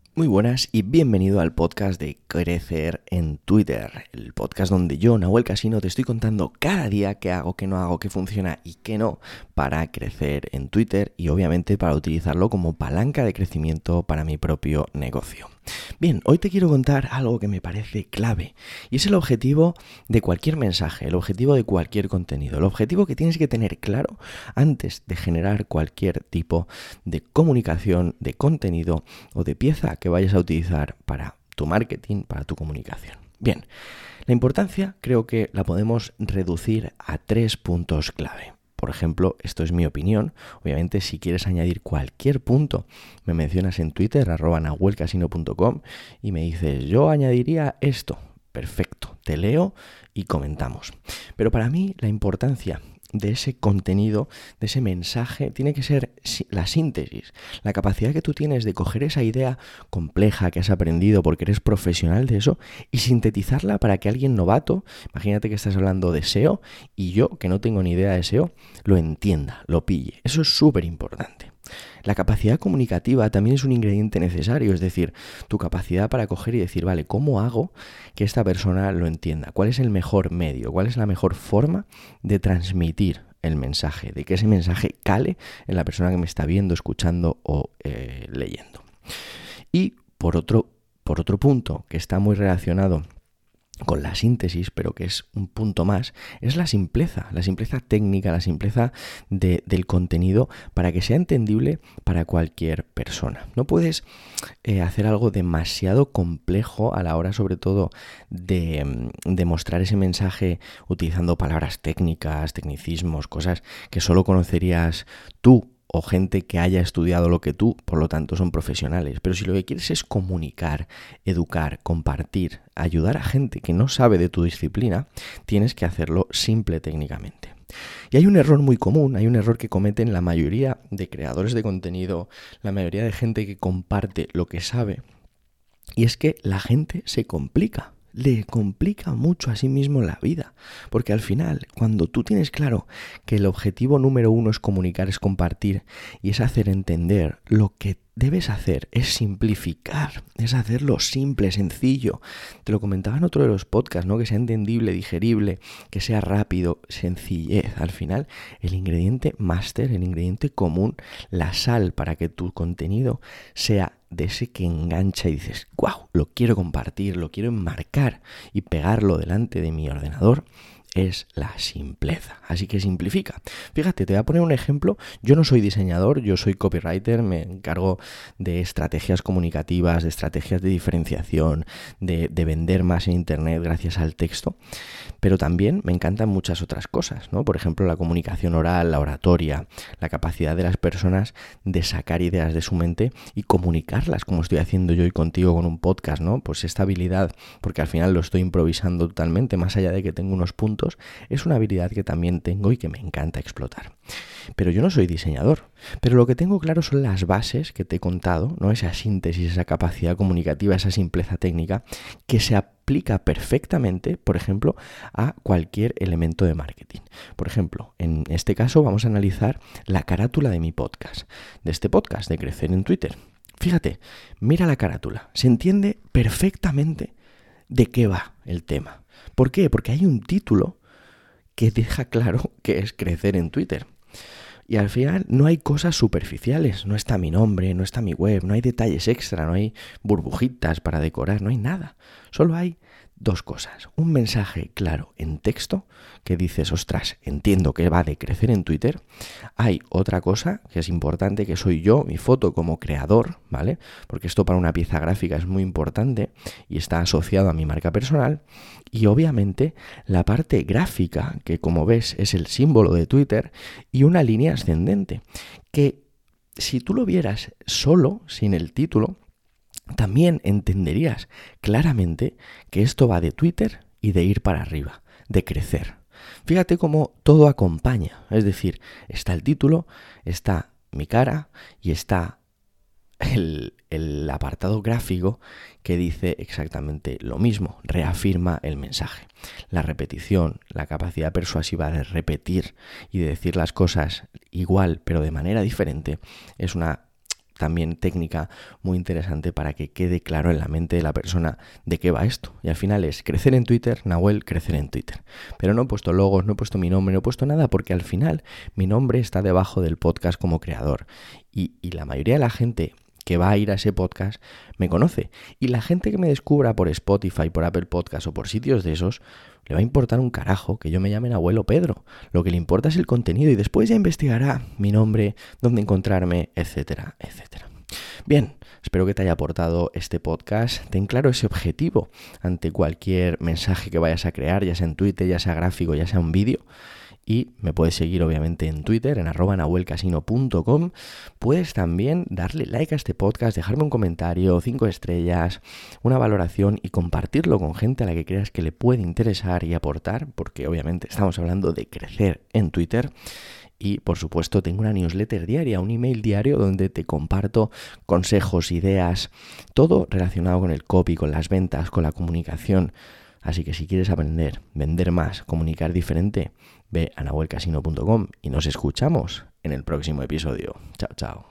Muy buenas y bienvenido al podcast de Crecer en Twitter, el podcast donde yo, Nahuel Casino, te estoy contando cada día qué hago, qué no hago, qué funciona y qué no para crecer en Twitter y obviamente para utilizarlo como palanca de crecimiento para mi propio negocio. Bien, hoy te quiero contar algo que me parece clave y es el objetivo de cualquier mensaje, el objetivo de cualquier contenido, el objetivo que tienes que tener claro antes de generar cualquier tipo de comunicación, de contenido o de pieza que vayas a utilizar para tu marketing, para tu comunicación. Bien, la importancia creo que la podemos reducir a 3 puntos clave. Por ejemplo, esto es mi opinión. Obviamente, si quieres añadir cualquier punto, me mencionas en Twitter, @nahuelcasino.com y me dices, yo añadiría esto. Perfecto, te leo y comentamos. Pero para mí la importancia de ese contenido, de ese mensaje, tiene que ser la síntesis, la capacidad que tú tienes de coger esa idea compleja que has aprendido porque eres profesional de eso y sintetizarla para que alguien novato, imagínate que estás hablando de SEO y yo, que no tengo ni idea de SEO, lo entienda, lo pille. Eso es súper importante. La capacidad comunicativa también es un ingrediente necesario, es decir, tu capacidad para coger y decir, vale, ¿cómo hago que esta persona lo entienda? ¿Cuál es el mejor medio? ¿Cuál es la mejor forma de transmitir el mensaje? De que ese mensaje cale en la persona que me está viendo, escuchando o leyendo. Y por otro punto que está muy relacionado con la síntesis, pero que es un punto más, es la simpleza técnica, la simpleza del contenido para que sea entendible para cualquier persona. No puedes hacer algo demasiado complejo a la hora, sobre todo, de mostrar ese mensaje utilizando palabras técnicas, tecnicismos, cosas que solo conocerías tú o gente que haya estudiado lo que tú, por lo tanto son profesionales. Pero si lo que quieres es comunicar, educar, compartir, ayudar a gente que no sabe de tu disciplina, tienes que hacerlo simple técnicamente. Y hay un error muy común, hay un error que cometen la mayoría de creadores de contenido, la mayoría de gente que comparte lo que sabe, y es que la gente se complica. Le complica mucho a sí mismo la vida, porque al final, cuando tú tienes claro que el objetivo número 1 es comunicar, es compartir y es hacer entender, lo que debes hacer es simplificar, es hacerlo simple, sencillo. Te lo comentaba en otro de los podcasts, ¿no? Que sea entendible, digerible, que sea rápido, sencillez. Al final, el ingrediente máster, el ingrediente común, la sal para que tu contenido sea de ese que engancha y dices, wow, lo quiero compartir, lo quiero enmarcar y pegarlo delante de mi ordenador, es la simpleza. Así que simplifica. Fíjate, te voy a poner un ejemplo. Yo no soy diseñador, yo soy copywriter, me encargo de estrategias comunicativas, de estrategias de diferenciación, de vender más en internet gracias al texto, pero también me encantan muchas otras cosas, ¿no? Por ejemplo, la comunicación oral, la oratoria, la capacidad de las personas de sacar ideas de su mente y comunicarlas, como estoy haciendo yo y contigo con un podcast, ¿no? Pues esta habilidad, porque al final lo estoy improvisando totalmente, más allá de que tengo unos puntos, es una habilidad que también tengo y que me encanta explotar. Pero yo no soy diseñador, pero lo que tengo claro son las bases que te he contado, ¿no? Esa síntesis, esa capacidad comunicativa, esa simpleza técnica que se aplica perfectamente, por ejemplo, a cualquier elemento de marketing. Por ejemplo, en este caso vamos a analizar la carátula de mi podcast, de este podcast de Crecer en Twitter. Fíjate, mira la carátula, se entiende perfectamente de qué va el tema. ¿Por qué? Porque hay un título que deja claro que es Crecer en Twitter. Y al final no hay cosas superficiales, no está mi nombre, no está mi web, no hay detalles extra, no hay burbujitas para decorar, no hay nada. Solo hay dos cosas. Un mensaje claro en texto que dices, ostras, entiendo que va de crecer en Twitter. Hay otra cosa que es importante, que soy yo, mi foto como creador, ¿vale? Porque esto para una pieza gráfica es muy importante y está asociado a mi marca personal. Y obviamente la parte gráfica, que como ves es el símbolo de Twitter, y una línea ascendente, que si tú lo vieras solo, sin el título, también entenderías claramente que esto va de Twitter y de ir para arriba, de crecer. Fíjate cómo todo acompaña, es decir, está el título, está mi cara y está el apartado gráfico que dice exactamente lo mismo, reafirma el mensaje. La repetición, la capacidad persuasiva de repetir y de decir las cosas igual pero de manera diferente es una también técnica muy interesante para que quede claro en la mente de la persona de qué va esto. Y al final es crecer en Twitter, Nahuel, crecer en Twitter. Pero no he puesto logos, no he puesto mi nombre, no he puesto nada porque al final mi nombre está debajo del podcast como creador. Y la mayoría de la gente que va a ir a ese podcast me conoce. Y la gente que me descubra por Spotify, por Apple Podcast o por sitios de esos, le va a importar un carajo que yo me llame Abuelo Pedro. Lo que le importa es el contenido y después ya investigará mi nombre, dónde encontrarme, etcétera, etcétera. Bien, espero que te haya aportado este podcast. Ten claro ese objetivo ante cualquier mensaje que vayas a crear, ya sea en Twitter, ya sea gráfico, ya sea un vídeo. Y me puedes seguir obviamente en Twitter, en @nahuelcasino.com. Puedes también darle like a este podcast, dejarme un comentario, 5 estrellas, una valoración y compartirlo con gente a la que creas que le puede interesar y aportar, porque obviamente estamos hablando de crecer en Twitter. Y por supuesto tengo una newsletter diaria, un email diario donde te comparto consejos, ideas, todo relacionado con el copy, con las ventas, con la comunicación. Así que si quieres aprender, vender más, comunicar diferente, ve a nahuelcasino.com y nos escuchamos en el próximo episodio. Chao, chao.